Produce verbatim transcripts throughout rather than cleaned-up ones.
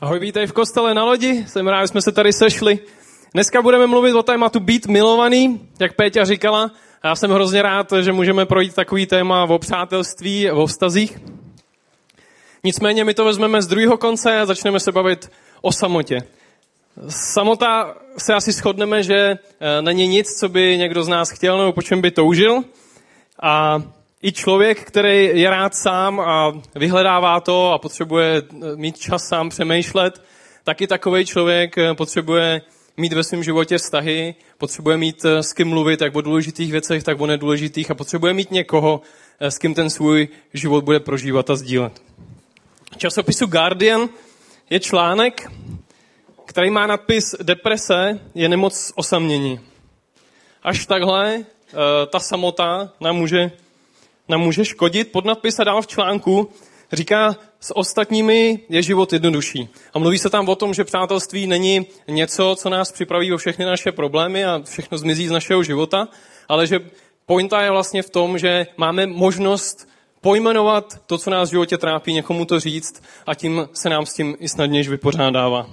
Ahoj, vítej v kostele na lodi, jsem rád, že jsme se tady sešli. Dneska budeme mluvit o tématu být milovaný, jak Péťa říkala. A já jsem hrozně rád, že můžeme projít takový téma o přátelství, o vztazích. Nicméně my to vezmeme z druhého konce a začneme se bavit o samotě. Samota se asi shodneme, že není nic, co by někdo z nás chtěl nebo po čem by toužil. A i člověk, který je rád sám a vyhledává to a potřebuje mít čas sám přemýšlet, taky takovej člověk potřebuje mít ve svém životě vztahy, potřebuje mít s kým mluvit jak o důležitých věcech, tak o nedůležitých a potřebuje mít někoho, s kým ten svůj život bude prožívat a sdílet. V časopisu Guardian je článek, který má nadpis Deprese je nemoc osamění. Až takhle ta samota nám může, nám může škodit. Podnadpis a dál v článku říká, s ostatními je život jednodušší. A mluví se tam o tom, že přátelství není něco, co nás připraví o všechny naše problémy a všechno zmizí z našeho života, ale že pointa je vlastně v tom, že máme možnost pojmenovat to, co nás v životě trápí, někomu to říct a tím se nám s tím i snadněji vypořádává.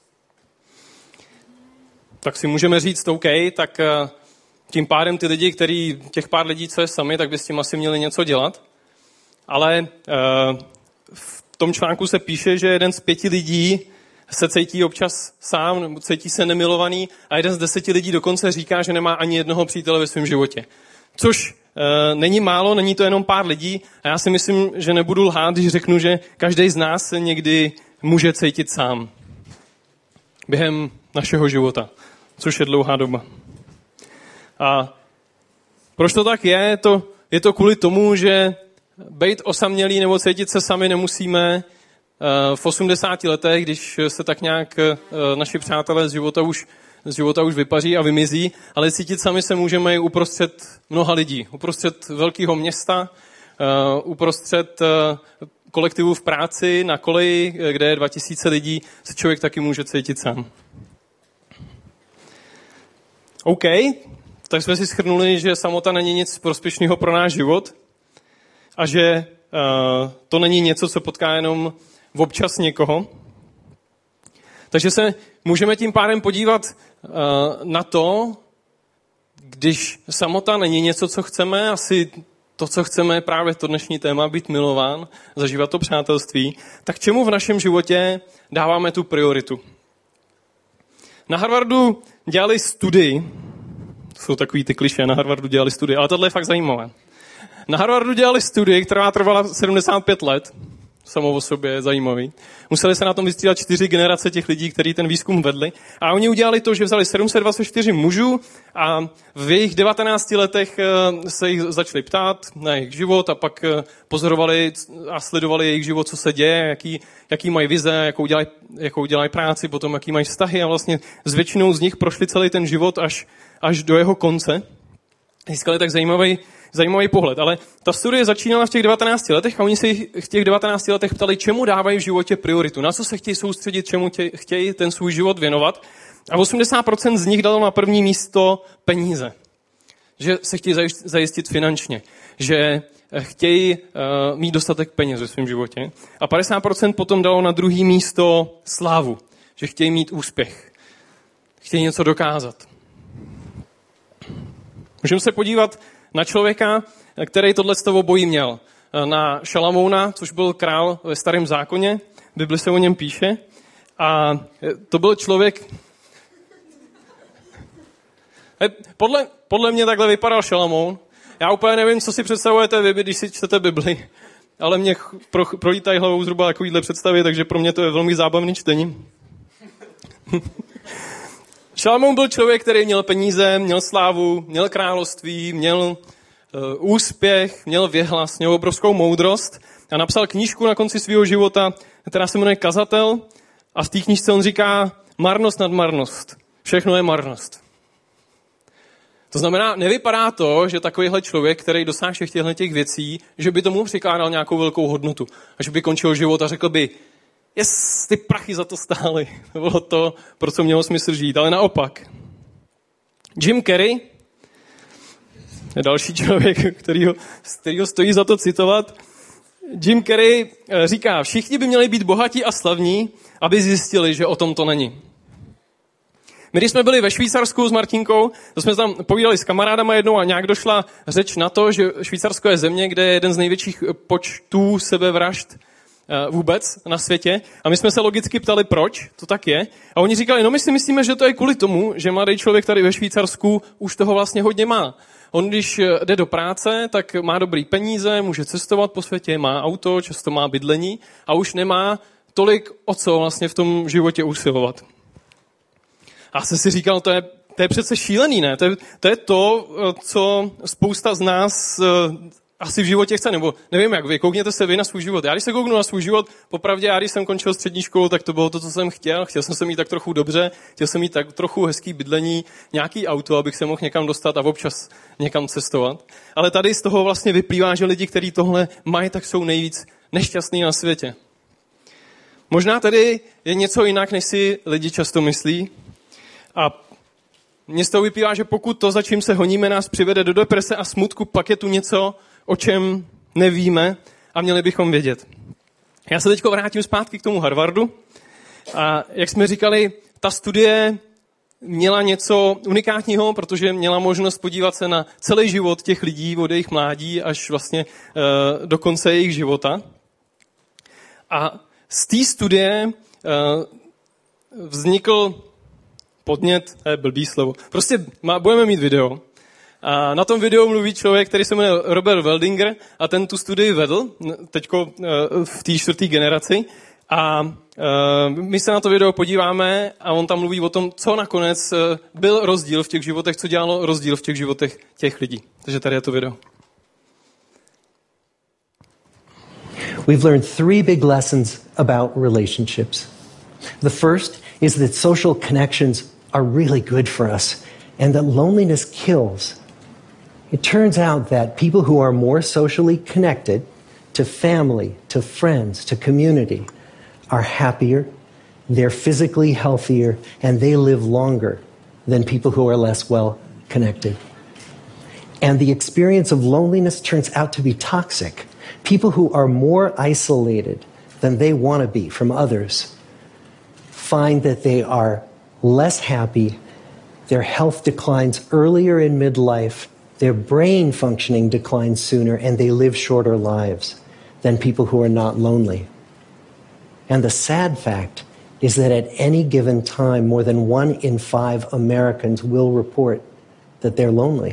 Tak si můžeme říct, OK, tak tím pádem ty lidi, který, těch pár lidí, co je sami, tak by s tím asi měli něco dělat. Ale v tom článku se píše, že jeden z pěti lidí se cítí občas sám, nebo cítí se nemilovaný a jeden z deseti lidí dokonce říká, že nemá ani jednoho přítele ve svém životě. Což e, není málo, není to jenom pár lidí a já si myslím, že nebudu lhát, když řeknu, že každý z nás se někdy může cítit sám. Během našeho života, což je dlouhá doba. A proč to tak je? To, je to kvůli tomu, že být osamělý nebo cítit se sami nemusíme v osmdesáti letech, když se tak nějak naši přátelé z života už, z života už vypaří a vymizí, ale cítit sami se můžeme i uprostřed mnoha lidí. Uprostřed velkého města, uprostřed kolektivu v práci, na koleji, kde je dva tisíce lidí, se člověk taky může cítit sám. OK, tak jsme si shrnuli, že samota není nic prospěšného pro náš život a že uh, to není něco, co potká jenom občas někoho. Takže se můžeme tím pádem podívat uh, na to, když samota není něco, co chceme, asi to, co chceme, je právě to dnešní téma, být milován, zažívat to přátelství, tak čemu v našem životě dáváme tu prioritu? Na Harvardu dělali studii, to jsou takový ty klišé, na Harvardu dělali studii, ale tohle je fakt zajímavé. Na Harvardu dělali studii, která trvala sedmdesát pět let, samo o sobě je zajímavý. Museli se na tom vystřídat čtyři generace těch lidí, kteří ten výzkum vedli. A oni udělali to, že vzali sedm set dvacet čtyři mužů a v jejich devatenácti letech se jich začali ptát na jejich život a pak pozorovali a sledovali jejich život, co se děje, jaký, jaký mají vize, jakou dělají, jakou dělají práci, potom jaký mají vztahy a vlastně s většinou z nich prošli celý ten život až, až do jeho konce. Získali tak zajímavý Zajímavý pohled, ale ta studie začínala v těch devatenácti letech a oni se v těch devatenácti letech ptali, čemu dávají v životě prioritu, na co se chtějí soustředit, čemu tě, chtějí ten svůj život věnovat. A osmdesát procent z nich dalo na první místo peníze, že se chtějí zajistit finančně, že chtějí uh, mít dostatek peněz ve svém životě. A padesát procent potom dalo na druhé místo slávu, že chtějí mít úspěch, chtějí něco dokázat. Můžeme se podívat na člověka, který tohle z toho obojí měl. Na Šalamouna, což byl král ve Starém zákoně, Bibli se o něm píše. A to byl člověk... Podle, podle mě takhle vypadal Šalamoun. Já úplně nevím, co si představujete vy, když si čtete Bibli, ale mě pro, prolítají hlavou zhruba takovýhle představy, takže pro mě to je velmi zábavný čtení. Šalamoun byl člověk, který měl peníze, měl slávu, měl království, měl uh, úspěch, měl věhlas, měl obrovskou moudrost a napsal knížku na konci svého života, která se jmenuje Kazatel a v té knížce on říká marnost nad marnost. Všechno je marnost. To znamená, nevypadá to, že takovýhle člověk, který dosáhne všech těchto těch věcí, že by tomu přikládal nějakou velkou hodnotu a že by končil život a řekl by, yes, ty prachy za to stály. To bylo to, pro co mělo smysl žít. Ale naopak. Jim Carrey je další člověk, kterýho, kterýho stojí za to citovat. Jim Carrey říká, všichni by měli být bohatí a slavní, aby zjistili, že o tom to není. My, když jsme byli ve Švýcarsku s Martinkou, to jsme tam povídali s kamarádama jednou a nějak došla řeč na to, že Švýcarsko je země, kde je jeden z největších počtů sebevražd vůbec na světě. A my jsme se logicky ptali, proč to tak je. A oni říkali, no my si myslíme, že to je kvůli tomu, že mladý člověk tady ve Švýcarsku už toho vlastně hodně má. On, když jde do práce, tak má dobrý peníze, může cestovat po světě, má auto, často má bydlení a už nemá tolik o co vlastně v tom životě usilovat. A jsem si říkal, to je, to je přece šílený, ne? To je, to je to, co spousta z nás asi v životě chce, nebo nevím jak, vy koukněte se vy na svůj život. Já když se kouknu na svůj život, popravdě já když jsem končil střední školu, tak to bylo to, co jsem chtěl. Chtěl jsem se mít tak trochu dobře, chtěl jsem mít tak trochu hezký bydlení, nějaký auto, abych se mohl někam dostat a občas někam cestovat. Ale tady z toho vlastně vyplývá, že lidi, kteří tohle mají, tak jsou nejvíc nešťastní na světě. Možná tady je něco jinak, než si lidi často myslí. A mně z toho vyplývá, že pokud to, za čím se honíme, nás přivede do deprese a smutku, pak je tu něco, o čem nevíme a měli bychom vědět. Já se teď vrátím zpátky k tomu Harvardu. A jak jsme říkali, ta studie měla něco unikátního, protože měla možnost podívat se na celý život těch lidí od jejich mládí až vlastně e, do konce jejich života. A z té studie e, vznikl podnět, to je blbý slovo. Prostě má, budeme mít video. A na tom videu mluví člověk, který se jmenuje Robert Waldinger a ten tu studii vedl, teďko v té čtvrté generaci. A uh, my se na to video podíváme a on tam mluví o tom, co nakonec uh, byl rozdíl v těch životech, co dělalo rozdíl v těch životech těch lidí. Takže tady je to video. We've learned three big lessons about relationships. The first is that social connections are really good for us and that loneliness kills. It turns out that people who are more socially connected to family, to friends, to community are happier, they're physically healthier, and they live longer than people who are less well connected. And the experience of loneliness turns out to be toxic. People who are more isolated than they want to be from others find that they are less happy, their health declines earlier in midlife, their brain functioning declines sooner, and they live shorter lives than people who are not lonely. And the sad fact is that at any given time, more than one in five Americans will report that they're lonely.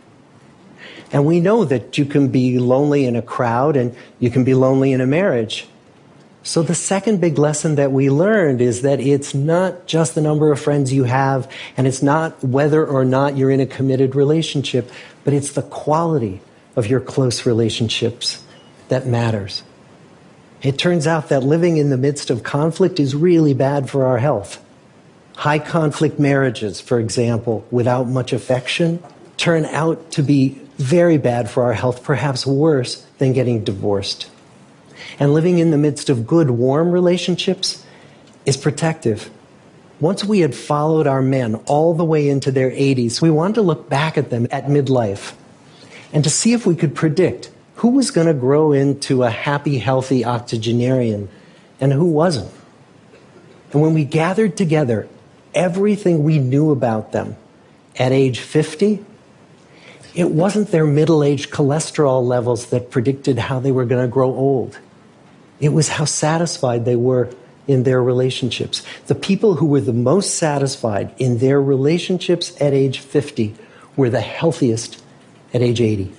And we know that you can be lonely in a crowd and you can be lonely in a marriage. So the second big lesson that we learned is that it's not just the number of friends you have, and it's not whether or not you're in a committed relationship, but it's the quality of your close relationships that matters. It turns out that living in the midst of conflict is really bad for our health. High conflict marriages, for example, without much affection, turn out to be very bad for our health, perhaps worse than getting divorced. And living in the midst of good, warm relationships is protective. Once we had followed our men all the way into their eighties, we wanted to look back at them at midlife and to see if we could predict who was going to grow into a happy, healthy octogenarian and who wasn't. And when we gathered together everything we knew about them at age fifty, it wasn't their middle-aged cholesterol levels that predicted how they were going to grow old. It was how satisfied they were in their relationships. The people who were the most satisfied in their relationships at age fifty were the healthiest at age eighty.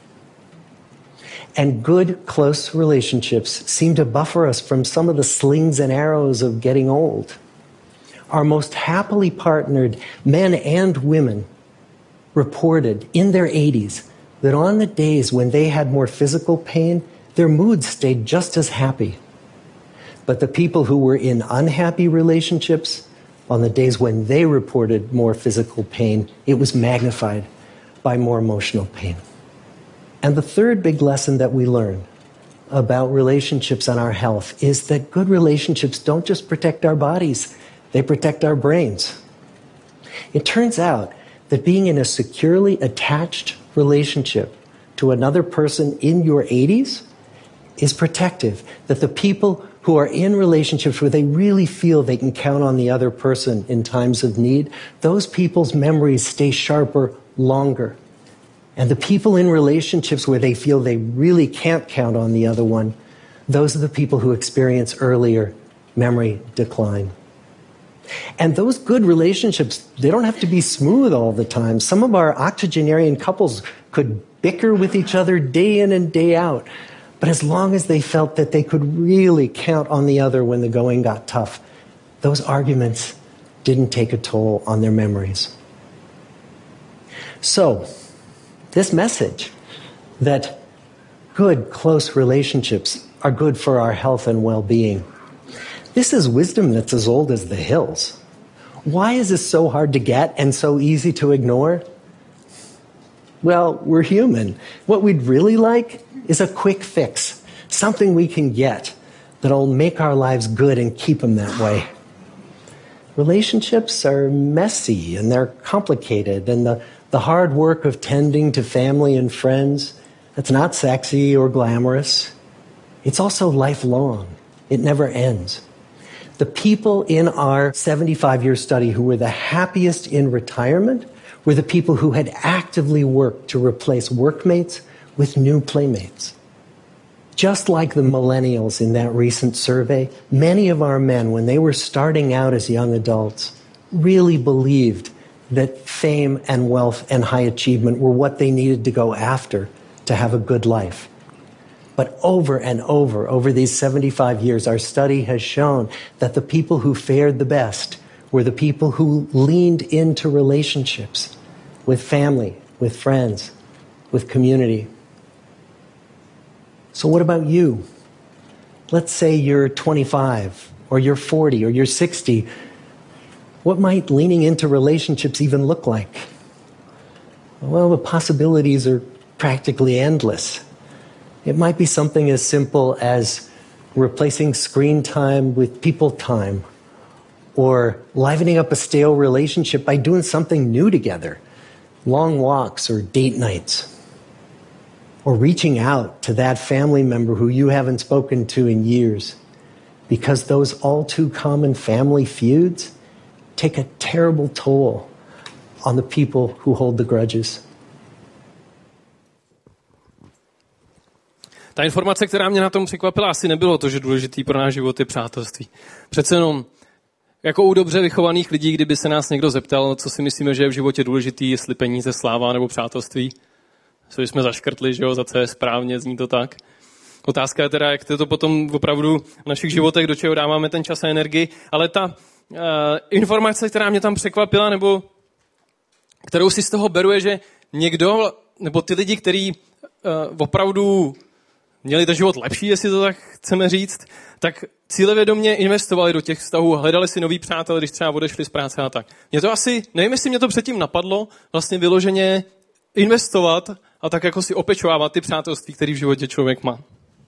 And good, close relationships seem to buffer us from some of the slings and arrows of getting old. Our most happily partnered men and women reported in their eighties that on the days when they had more physical pain, their moods stayed just as happy. But the people who were in unhappy relationships, on the days when they reported more physical pain, it was magnified by more emotional pain. And the third big lesson that we learn about relationships and our health is that good relationships don't just protect our bodies, they protect our brains. It turns out that being in a securely attached relationship to another person in your eighties is protective, that the people who are in relationships where they really feel they can count on the other person in times of need, those people's memories stay sharper longer. And the people in relationships where they feel they really can't count on the other one, those are the people who experience earlier memory decline. And those good relationships, they don't have to be smooth all the time. Some of our octogenarian couples could bicker with each other day in and day out. But as long as they felt that they could really count on the other when the going got tough, those arguments didn't take a toll on their memories. So, this message that good, close relationships are good for our health and well-being, this is wisdom that's as old as the hills. Why is this so hard to get and so easy to ignore? Well, we're human. What we'd really like is a quick fix, something we can get that'll make our lives good and keep them that way. Relationships are messy and they're complicated, and the, the hard work of tending to family and friends, that's not sexy or glamorous. It's also lifelong. It never ends. The people in our seventy-five-year study who were the happiest in retirement were the people who had actively worked to replace workmates with new playmates. Just like the millennials in that recent survey, many of our men, when they were starting out as young adults, really believed that fame and wealth and high achievement were what they needed to go after to have a good life. But over and over, over these seventy-five years, our study has shown that the people who fared the best were the people who leaned into relationships with family, with friends, with community. So what about you? Let's say you're twenty-five, or you're forty, or you're sixty. What might leaning into relationships even look like? Well, the possibilities are practically endless. It might be something as simple as replacing screen time with people time, or livening up a stale relationship by doing something new together, long walks or date nights, or reaching out to that family member who you haven't spoken to in years, because those all too common family feuds take a terrible toll on the people who hold the grudges. Ta informace, která mě na tom překvapila, asi nebylo to, že důležitý pro náš život je přátelství. Přece jenom, jako u dobře vychovaných lidí, kdyby se nás někdo zeptal, co si myslíme, že je v životě důležitý, jestli peníze, sláva nebo přátelství, co jsme zaškrtli, že jo, za co je správně, zní to tak. Otázka je teda, jak to potom opravdu v našich životech, do čeho dáváme ten čas a energii, ale ta uh, informace, která mě tam překvapila, nebo kterou si z toho beru, je, že někdo, nebo ty lidi, kteří uh, opravdu měli ten život lepší, jestli to tak chceme říct, tak cílevědomě investovali do těch vztahů, hledali si nový přátelé, když třeba odešli z práce a tak. Mě to asi, nevím, jestli mě to předtím napadlo, vlastně vyloženě investovat a tak jako si opečovávat ty přátelství, které v životě člověk má.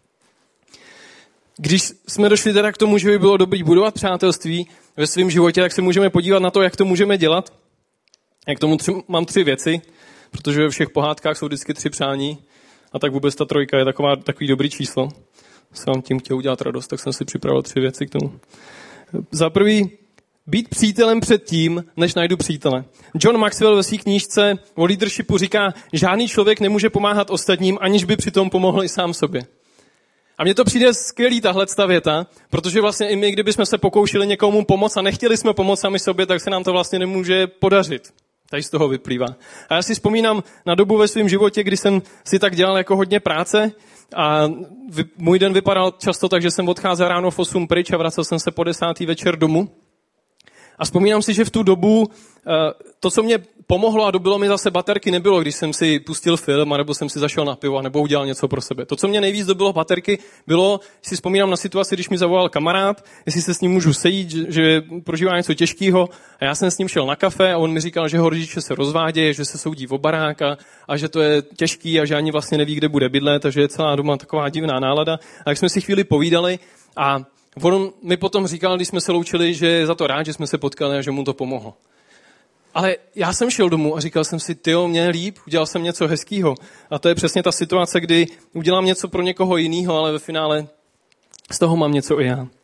Když jsme došli teda k tomu, že by bylo dobré budovat přátelství ve svém životě, tak se můžeme podívat na to, jak to můžeme dělat. Jak tomu tři, mám tři věci, protože ve všech pohádkách jsou vždycky tři přání. A tak vůbec ta trojka je taková, takový dobrý číslo. Jsem vám tím chtěl udělat radost, tak jsem si připravil tři věci k tomu. Za prvý, být přítelem před tím, než najdu přítele. John Maxwell ve své knížce o leadershipu říká, žádný člověk nemůže pomáhat ostatním, aniž by přitom pomohl i sám sobě. A mně to přijde skvělý tahle věta, protože vlastně i my, kdybychom se pokoušeli někomu pomoct a nechtěli jsme pomoct sami sobě, tak se nám to vlastně nemůže podařit. Tady z toho vyplývá. A já si vzpomínám na dobu ve svém životě, kdy jsem si tak dělal jako hodně práce a můj den vypadal často tak, že jsem odcházel ráno v osm pryč a vracel jsem se po desátý večer domů. A vzpomínám si, že v tu dobu to, co mě pomohlo a dobilo mi zase baterky, nebylo, když jsem si pustil film, nebo jsem si zašel na pivo, nebo udělal něco pro sebe. To, co mě nejvíc dobilo baterky, bylo, si vzpomínám na situaci, když mi zavolal kamarád, jestli se s ním můžu sejít, že prožívá něco těžkého. A já jsem s ním šel na kafe a on mi říkal, že jeho rodiče se rozvádějí, že se soudí o barák a, a že to je těžký a že ani vlastně neví, kde bude bydlet, takže je celá doma taková divná nálada. A tak jsme si chvíli povídali a on mi potom říkal, když jsme se loučili, že je za to rád, že jsme se potkali a že mu to pomohlo. Ale já jsem šel domů a říkal jsem si, tyjo, mě je líp, udělal jsem něco hezkýho. A to je přesně ta situace, kdy udělám něco pro někoho jiného, ale ve finále z toho mám něco i já.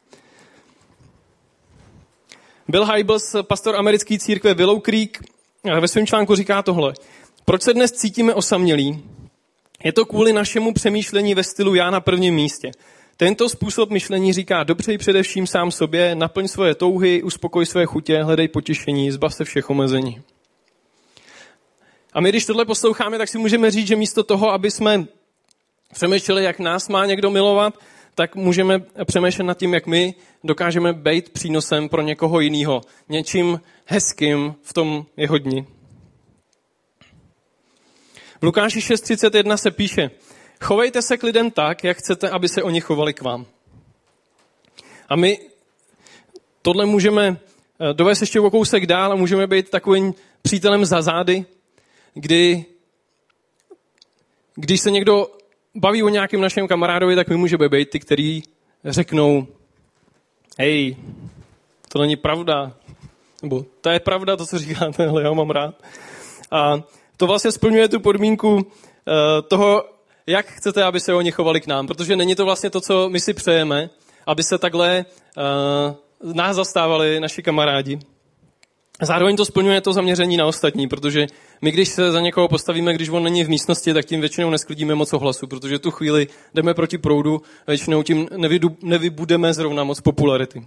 Bill Hybels, pastor americké církve Willow Creek, ve svém článku říká tohle. Proč se dnes cítíme osamělí? Je to kvůli našemu přemýšlení ve stylu já na prvním místě. Tento způsob myšlení říká, dobřej především sám sobě, naplň svoje touhy, uspokoj své chutě, hledej potěšení, zbav se všech omezení. A my, když tohle posloucháme, tak si můžeme říct, že místo toho, aby jsme přemýšleli, jak nás má někdo milovat, tak můžeme přemýšlet nad tím, jak my dokážeme být přínosem pro někoho jiného. Něčím hezkým v tom jeho dni. V Lukáši šest třicet jedna se píše, chovejte se k lidem tak, jak chcete, aby se oni chovali k vám. A my tohle můžeme dovést ještě o kousek dál a můžeme být takovým přítelem za zády, kdy když se někdo baví o nějakém našem kamarádovi, tak my můžeme být ty, kteří řeknou, hej, to není pravda, nebo to je pravda, to, co říkáte, ale já ho mám rád. A to vlastně splňuje tu podmínku uh, toho, jak chcete, aby se oni chovali k nám, protože není to vlastně to, co my si přejeme, aby se takhle uh, nás zastávali naši kamarádi. Zároveň to splňuje to zaměření na ostatní, protože my, když se za někoho postavíme, když on není v místnosti, tak tím většinou nesklidíme moc ohlasu, protože tu chvíli jdeme proti proudu a většinou tím nevydu, nevybudeme zrovna moc popularity.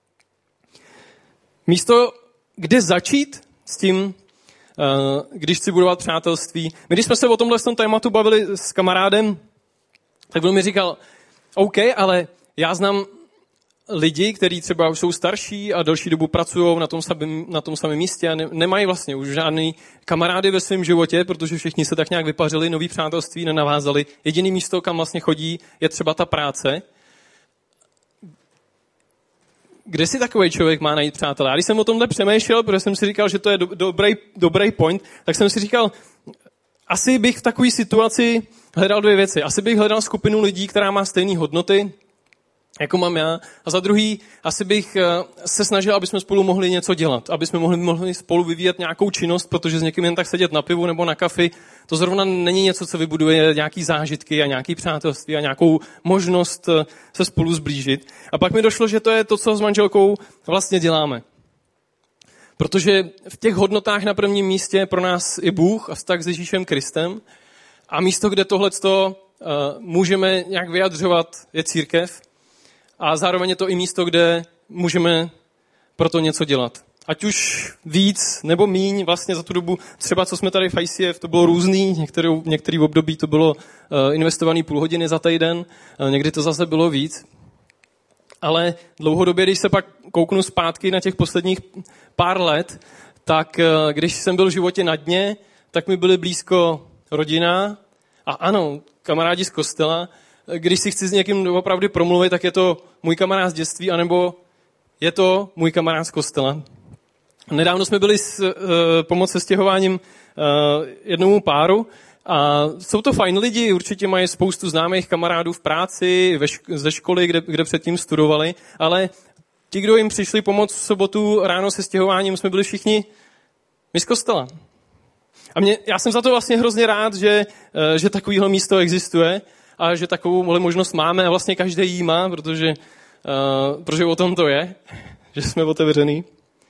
Místo, kde začít s tím, když chci budovat přátelství. My, když jsme se o tomhle tom tématu bavili s kamarádem, tak on mi říkal, OK, ale já znám lidi, kteří třeba už jsou starší a delší dobu pracují na tom samém, na tom samém místě a ne, nemají vlastně už žádný kamarády ve svém životě, protože všichni se tak nějak vypařili, nový přátelství nenavázali. Jediný místo, kam vlastně chodí, je třeba ta práce. Kde si takový člověk má najít přátelé? A když jsem o tomhle přemýšlel, protože jsem si říkal, že to je do, dobrý, dobrý point, tak jsem si říkal, asi bych v takové situaci hledal dvě věci. Asi bych hledal skupinu lidí, která má stejné hodnoty, jako mám já. A za druhý, asi bych se snažil, aby jsme spolu mohli něco dělat. Aby jsme mohli, mohli spolu vyvíjet nějakou činnost, protože s někým jen tak sedět na pivu nebo na kafi, to zrovna není něco, co vybuduje nějaký zážitky a nějaký přátelství a nějakou možnost se spolu zblížit. A pak mi došlo, že to je to, co s manželkou vlastně děláme. Protože v těch hodnotách na prvním místě pro nás je Bůh a vztah s Ježíšem Kristem. A místo, kde tohleto uh, můžeme nějak vyjadřovat, je církev. A zároveň je to i místo, kde můžeme pro to něco dělat. Ať už víc nebo míň, vlastně za tu dobu, třeba co jsme tady v I C F, to bylo různý, některý, některý v období to bylo uh, investovaný půl hodiny za týden, uh, někdy to zase bylo víc. Ale dlouhodobě, když se pak kouknu zpátky na těch posledních pár let, tak uh, když jsem byl v životě na dně, tak mi byly blízko rodina a ano, kamarádi z kostela. Když si chci s někým opravdu promluvit, tak je to můj kamarád z dětství, anebo je to můj kamarád z kostela. Nedávno jsme byli s uh, pomoc se stěhováním uh, jednomu páru a jsou to fajn lidi, určitě mají spoustu známých kamarádů v práci, ve šk- ze školy, kde, kde předtím studovali, ale ti, kdo jim přišli pomoct v sobotu ráno se stěhováním, jsme byli všichni my z kostela. A mě, já jsem za to vlastně hrozně rád, že, uh, že takovýhle místo existuje, a že takovou možnost máme a vlastně každý jí má, protože, uh, protože o tom to je, že jsme otevřený.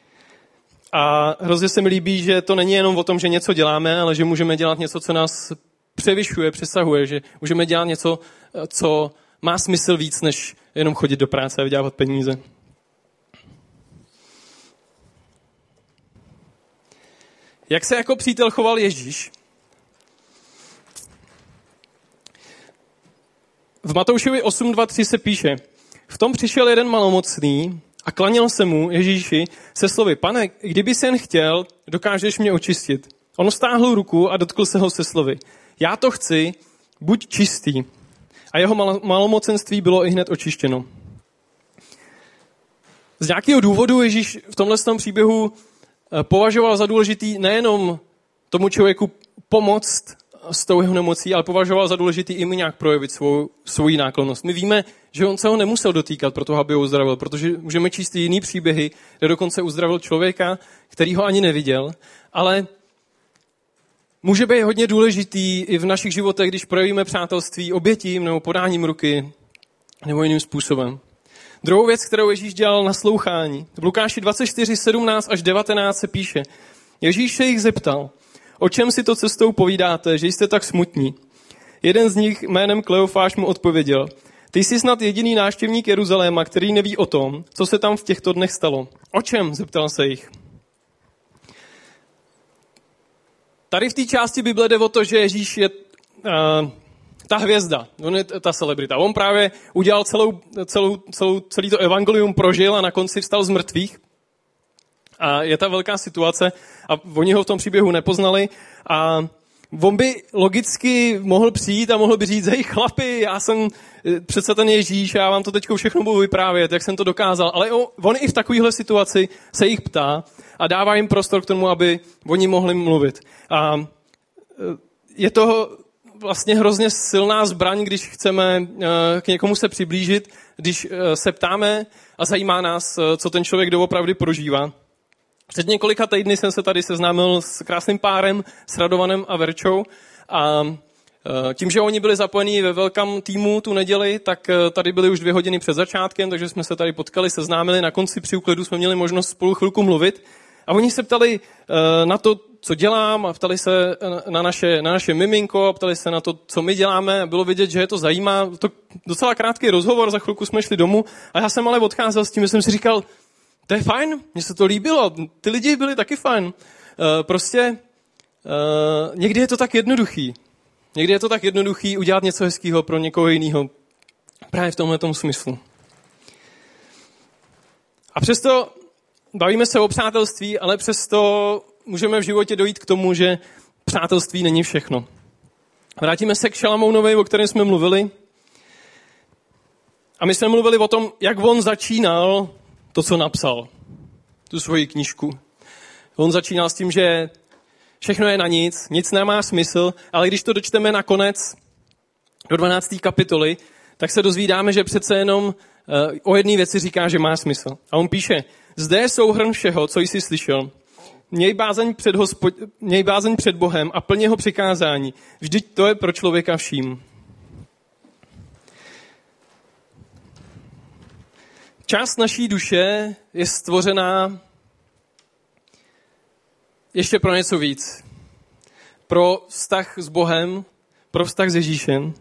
A hrozně se mi líbí, že to není jenom o tom, že něco děláme, ale že můžeme dělat něco, co nás převyšuje, přesahuje, že můžeme dělat něco, co má smysl víc, než jenom chodit do práce a vydělávat peníze. Jak se jako přítel choval Ježíš? V Matoušovi osm dva tři se píše, v tom přišel jeden malomocný a klaněl se mu Ježíši se slovy, pane, kdyby jsi jen chtěl, dokážeš mě očistit. On stáhl ruku a dotkl se ho se slovy, já to chci, buď čistý. A jeho malomocenství bylo i hned očištěno. Z nějakého důvodu Ježíš v tomhle příběhu považoval za důležitý nejenom tomu člověku pomoct s tou jeho nemocí, ale považoval za důležitý i mi nějak projevit svou, svoji náklonnost. My víme, že on se ho nemusel dotýkat pro to, aby ho uzdravil, protože můžeme číst i jiný příběhy, kde dokonce uzdravil člověka, který ho ani neviděl, ale může být hodně důležitý i v našich životech, když projevíme přátelství obětím nebo podáním ruky nebo jiným způsobem. Druhou věc, kterou Ježíš dělal, naslouchání. V Lukáši dvacet čtyři, sedmnáct až devatenáct se píše: Ježíš se jich zeptal: O čem si to cestou povídáte, že jste tak smutní? Jeden z nich jménem Kleofáš mu odpověděl: Ty jsi snad jediný návštěvník Jeruzaléma, který neví o tom, co se tam v těchto dnech stalo. O čem? Zeptal se jich. Tady v té části Bible jde o to, že Ježíš je uh, ta hvězda, on je ta celebrita. On právě udělal celou, celou, celou, celý to evangelium, prožil a na konci vstal z mrtvých. A je ta velká situace a oni ho v tom příběhu nepoznali a on by logicky mohl přijít a mohl by říct: hej chlapi, já jsem přece ten Ježíš, já vám to teď všechno budu vyprávět, jak jsem to dokázal. Ale on i v takovéhle situaci se jich ptá a dává jim prostor k tomu, aby oni mohli mluvit. A je to vlastně hrozně silná zbraň, když chceme k někomu se přiblížit, když se ptáme a zajímá nás, co ten člověk doopravdy prožívá. Před několika týdny jsem se tady seznámil s krásným párem, s Radovanem a Verčou a tím, že oni byli zapojení ve velkém týmu tu neděli, tak tady byli už dvě hodiny před začátkem, takže jsme se tady potkali, seznámili, na konci při úklidu jsme měli možnost spolu chvilku mluvit a oni se ptali na to, co dělám a ptali se na naše, na naše miminko a ptali se na to, co my děláme a bylo vidět, že je to zajímá. To docela krátký rozhovor, za chvilku jsme šli domů a já jsem ale odcházel s tím, že jsem si říkal: to je fajn, mně se to líbilo, ty lidi byli taky fajn. Uh, prostě uh, někdy je to tak jednoduchý. Někdy je to tak jednoduchý udělat něco hezkého pro někoho jiného. Právě v tomhletom smyslu. A přesto bavíme se o přátelství, ale přesto můžeme v životě dojít k tomu, že přátelství není všechno. Vrátíme se k Šalamounovi, o kterém jsme mluvili. A my jsme mluvili o tom, jak on začínal to, co napsal, tu svoji knížku. On začínal s tím, že všechno je na nic, nic nemá smysl, ale když to dočteme na konec do dvanácté kapitoly, tak se dozvídáme, že přece jenom uh, o jedné věci říká, že má smysl. A on píše: Zde je souhrn všeho, co jsi slyšel. Měj bázeň před, hospod... Měj bázeň před Bohem a plň jeho přikázání. Vždyť to je pro člověka vším. Část naší duše je stvořená ještě pro něco víc. Pro vztah s Bohem, pro vztah s Ježíšem.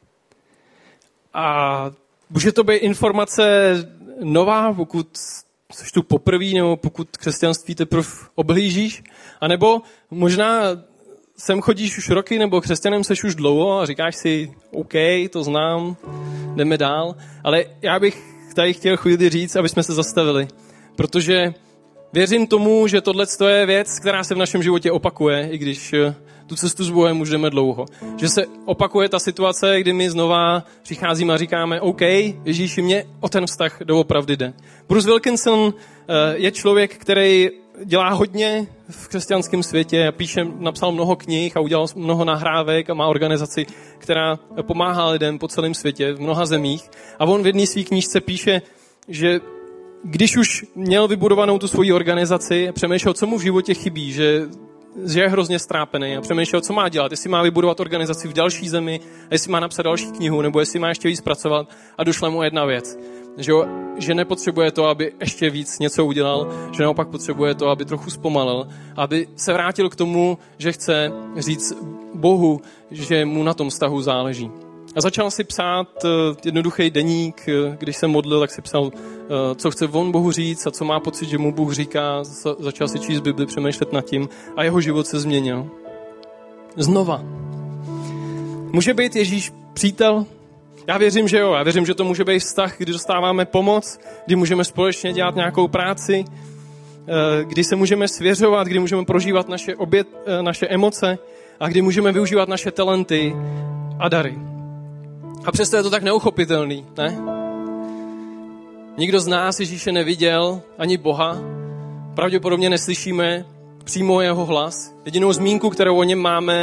A může to být informace nová, pokud jsi tu poprvé, nebo pokud křesťanství teprve obhlížíš, anebo možná sem chodíš už roky, nebo křesťanem seš už dlouho a říkáš si: OK, to znám, jdeme dál. Ale já bych tady chtěl chvíli říct, aby jsme se zastavili, protože věřím tomu, že tohle je věc, která se v našem životě opakuje, i když tu cestu s Bohem už jdeme dlouho. Že se opakuje ta situace, kdy my znova přicházíme a říkáme: OK, Ježíši, mě o ten vztah doopravdy jde. Bruce Wilkinson je člověk, který dělá hodně v křesťanském světě, píše, napsal mnoho knih a udělal mnoho nahrávek a má organizaci, která pomáhá lidem po celém světě, v mnoha zemích. A on v jedné své knížce píše, že když už měl vybudovanou tu svoji organizaci, přemýšlel, co mu v životě chybí, že, že je hrozně strápený a přemýšlel, co má dělat, jestli má vybudovat organizaci v další zemi, jestli má napsat další knihu, nebo jestli má ještě víc pracovat, a došla mu jedna věc. Že, že nepotřebuje to, aby ještě víc něco udělal, že naopak potřebuje to, aby trochu zpomalil, aby se vrátil k tomu, že chce říct Bohu, že mu na tom vztahu záleží. A začal si psát jednoduchý deník, když se modlil, tak si psal, co chce on Bohu říct a co má pocit, že mu Bůh říká. Začal si číst Bibli, přemýšlet nad tím a jeho život se změnil. Znova. Může být Ježíš přítel? Já věřím, že jo. Já věřím, že to může být vztah, kdy dostáváme pomoc, kdy můžeme společně dělat nějakou práci, kdy se můžeme svěřovat, kdy můžeme prožívat naše, obět, naše emoce a kdy můžeme využívat naše talenty a dary. A přesto je to tak neuchopitelný, ne? Nikdo z nás Ježíše neviděl, ani Boha. Pravděpodobně neslyšíme přímo jeho hlas. Jedinou zmínku, kterou o něm máme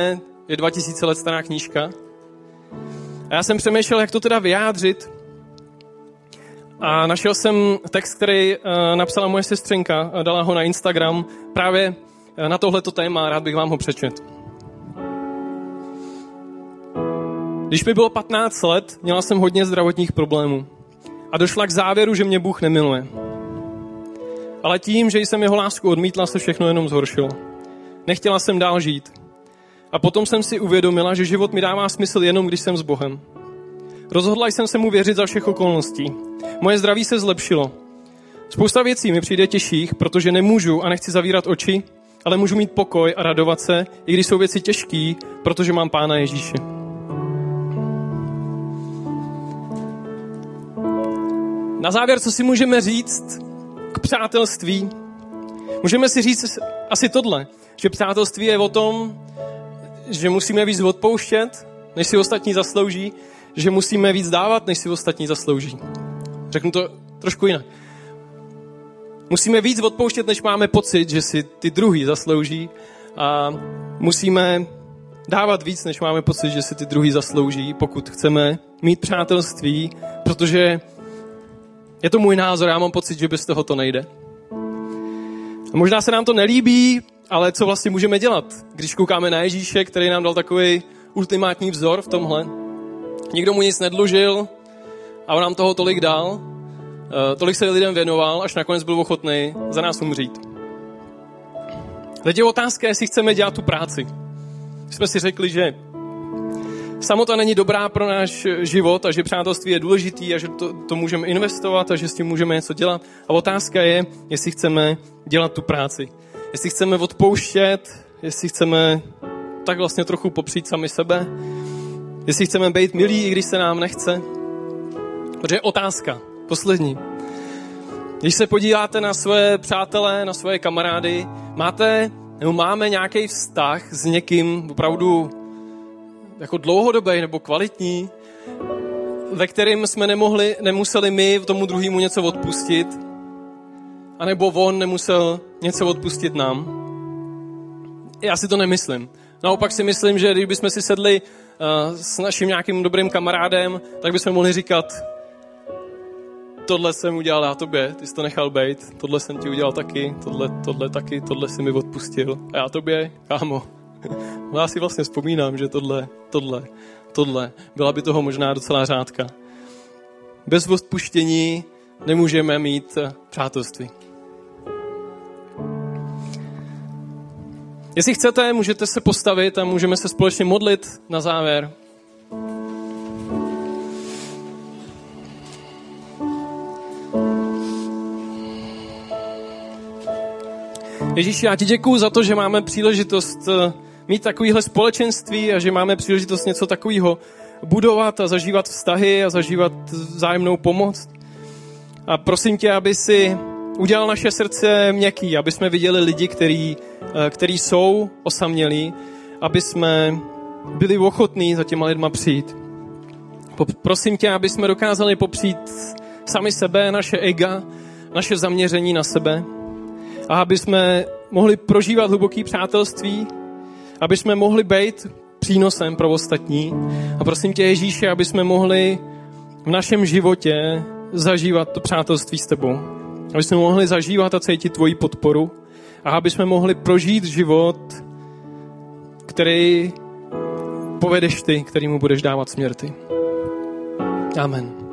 je dva tisíce let stará knížka. A já jsem přemýšlel, jak to teda vyjádřit. A našel jsem text, který napsala moje sestřenka, dala ho na Instagram právě na tohleto téma, rád bych vám ho přečet. Když mi bylo patnáct let, měla jsem hodně zdravotních problémů a došla k závěru, že mě Bůh nemiluje. Ale tím, že jsem jeho lásku odmítla, se všechno jenom zhoršilo. Nechtěla jsem dál žít. A potom jsem si uvědomila, že život mi dává smysl jenom, když jsem s Bohem. Rozhodla jsem se mu věřit za všech okolností. Moje zdraví se zlepšilo. Spousta věcí mi přijde těžších, protože nemůžu a nechci zavírat oči, ale můžu mít pokoj a radovat se, i když jsou věci těžké, protože mám Pána Ježíše. Na závěr, co si můžeme říct k přátelství? Můžeme si říct asi tohle, že přátelství je o tom, že musíme víc odpouštět, než si ostatní zaslouží, že musíme víc dávat, než si ostatní zaslouží. Řeknu to trošku jinak. Musíme víc odpouštět, než máme pocit, že si ty druhý zaslouží, a musíme dávat víc, než máme pocit, že si ty druhý zaslouží, pokud chceme mít přátelství, protože je to můj názor, já mám pocit, že bez toho to nejde. A možná se nám to nelíbí, ale co vlastně můžeme dělat, když koukáme na Ježíše, který nám dal takový ultimátní vzor v tomhle. Nikdo mu nic nedlužil a on nám toho tolik dal, tolik se lidem věnoval, až nakonec byl ochotný za nás umřít. Teď je otázka, jestli chceme dělat tu práci. Jsme si řekli, že samota není dobrá pro náš život a že přátelství je důležitý a že to, to můžeme investovat a že s tím můžeme něco dělat. A otázka je, jestli chceme dělat tu práci. Jestli chceme odpouštět, jestli chceme tak vlastně trochu popřít sami sebe, jestli chceme být milí, i když se nám nechce. Protože otázka, poslední. Když se podíváte na své přátelé, na své kamarády, máte nebo máme nějaký vztah s někým opravdu jako dlouhodobý nebo kvalitní, ve kterým jsme nemohli, nemuseli my tomu druhému něco odpustit, anebo on nemusel něco odpustit nám. Já si to nemyslím. Naopak si myslím, že když bychom si sedli uh, s naším nějakým dobrým kamarádem, tak bychom mohli říkat: tohle jsem udělal já tobě, ty jsi to nechal bejt, tohle jsem ti udělal taky, tohle, tohle taky, tohle si mi odpustil. A já tobě, kámo, já si vlastně vzpomínám, že tohle, tohle, tohle, byla by toho možná docela řádka. Bez odpuštění nemůžeme mít přátelství. Jestli chcete, můžete se postavit a můžeme se společně modlit na závěr. Ježíši, já ti děkuju za to, že máme příležitost mít takovýhle společenství a že máme příležitost něco takového budovat a zažívat vztahy a zažívat vzájemnou pomoc. A prosím tě, aby si udělal naše srdce měkký, aby jsme viděli lidi, který, který jsou osamělí, aby jsme byli ochotní za těma lidma přijít. Prosím tě, aby jsme dokázali popřít sami sebe, naše ega, naše zaměření na sebe, a aby jsme mohli prožívat hluboké přátelství, aby jsme mohli být přínosem pro ostatní. A prosím tě, Ježíši, aby jsme mohli v našem životě zažívat to přátelství s tebou. Aby jsme mohli zažívat a cítit tvoji podporu a aby jsme mohli prožít život, který povedeš ty, kterýmu budeš dávat směr ty. Amen.